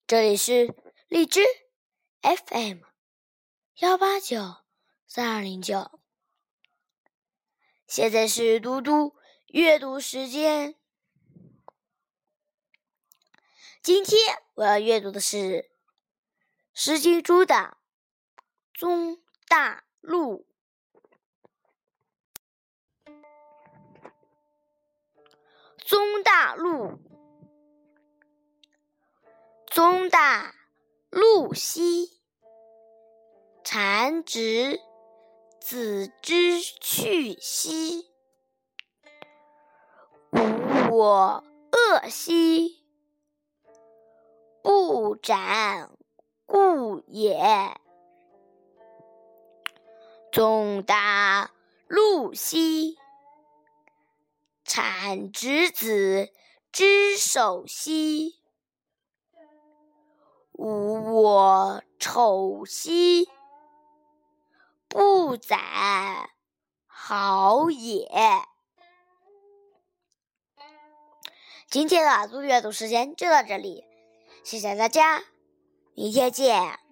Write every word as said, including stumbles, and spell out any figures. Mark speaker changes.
Speaker 1: 这里是荔枝 F M 幺八九三二零九，现在是嘟嘟阅读时间。今天我要阅读的是《诗经》中的《宗大陆》。宗大陆，宗大陆兮，产直，子之去兮。无我恶兮，不斩故也。宗大陆兮，产直子之手兮。无我丑兮，不宰好也。今天的读阅读时间就到这里，谢谢大家，明天见。